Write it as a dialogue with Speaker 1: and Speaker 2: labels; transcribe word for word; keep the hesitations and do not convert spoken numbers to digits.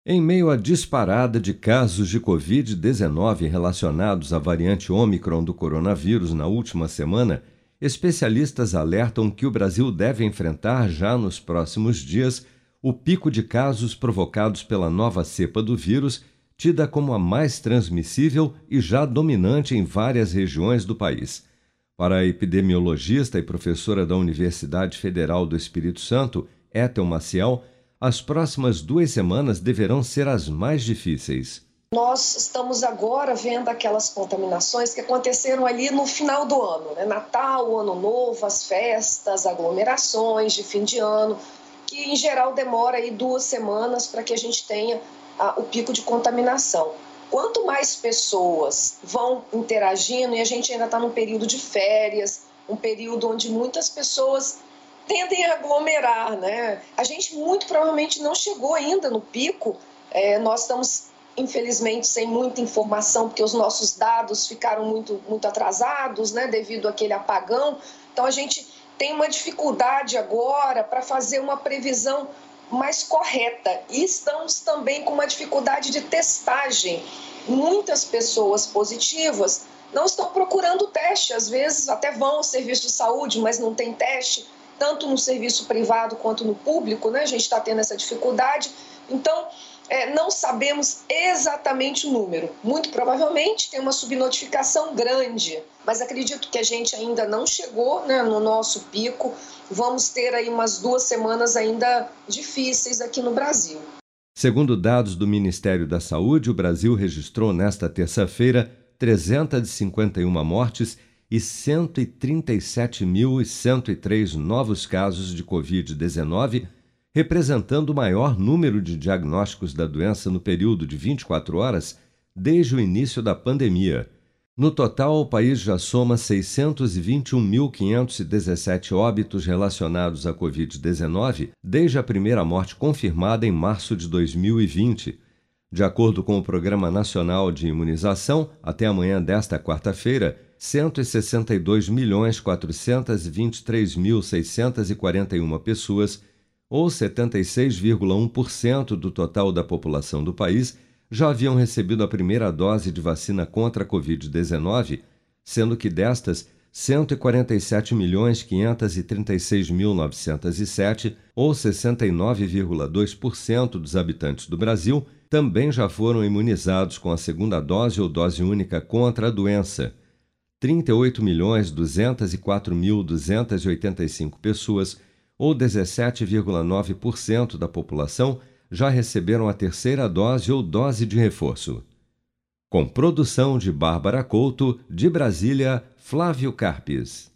Speaker 1: Em meio à disparada de casos de covid dezenove relacionados à variante Ômicron do coronavírus na última semana, especialistas alertam que o Brasil deve enfrentar já nos próximos dias o pico de casos provocados pela nova cepa do vírus, tida como a mais transmissível e já dominante em várias regiões do país. Para a epidemiologista e professora da Universidade Federal do Espírito Santo, Ethel Maciel, as próximas duas semanas deverão ser as mais difíceis.
Speaker 2: Nós estamos agora vendo aquelas contaminações que aconteceram ali no final do ano, né? Natal, Ano Novo, as festas, aglomerações de fim de ano, que em geral demora aí duas semanas para que a gente tenha ah, o pico de contaminação. Quanto mais pessoas vão interagindo, e a gente ainda está num período de férias, um período onde muitas pessoas tendem a aglomerar, né? A gente muito provavelmente não chegou ainda no pico, é, nós estamos infelizmente sem muita informação, porque os nossos dados ficaram muito, muito atrasados, né, devido àquele apagão. Então a gente tem uma dificuldade agora para fazer uma previsão mais correta e estamos também com uma dificuldade de testagem. Muitas pessoas positivas não estão procurando teste, às vezes até vão ao serviço de saúde, mas não tem teste, tanto no serviço privado quanto no público, né? A gente está tendo essa dificuldade. Então, é, não sabemos exatamente o número. Muito provavelmente tem uma subnotificação grande, mas acredito que a gente ainda não chegou, né, no nosso pico. Vamos ter aí umas duas semanas ainda difíceis aqui no Brasil.
Speaker 1: Segundo dados do Ministério da Saúde, o Brasil registrou nesta terça-feira trezentas e cinquenta e uma mortes e cento e trinta e sete mil e cento e três novos casos de covid dezenove, representando o maior número de diagnósticos da doença no período de vinte e quatro horas desde o início da pandemia. No total, o país já soma seiscentos e vinte e um mil quinhentos e dezessete óbitos relacionados à covid dezenove desde a primeira morte confirmada em março de dois mil e vinte. De acordo com o Programa Nacional de Imunização, até amanhã desta quarta-feira, cento e sessenta e dois milhões quatrocentos e vinte e três mil seiscentos e quarenta e uma pessoas, ou setenta e seis vírgula um por cento do total da população do país, já haviam recebido a primeira dose de vacina contra a covid dezenove, sendo que destas, cento e quarenta e sete milhões quinhentos e trinta e seis mil novecentos e sete, ou sessenta e nove vírgula dois por cento dos habitantes do Brasil, também já foram imunizados com a segunda dose ou dose única contra a doença. trinta e oito milhões duzentos e quatro mil duzentos e oitenta e cinco pessoas, ou dezessete vírgula nove por cento da população, já receberam a terceira dose ou dose de reforço. Com produção de Bárbara Couto, de Brasília, Flávio Carpes.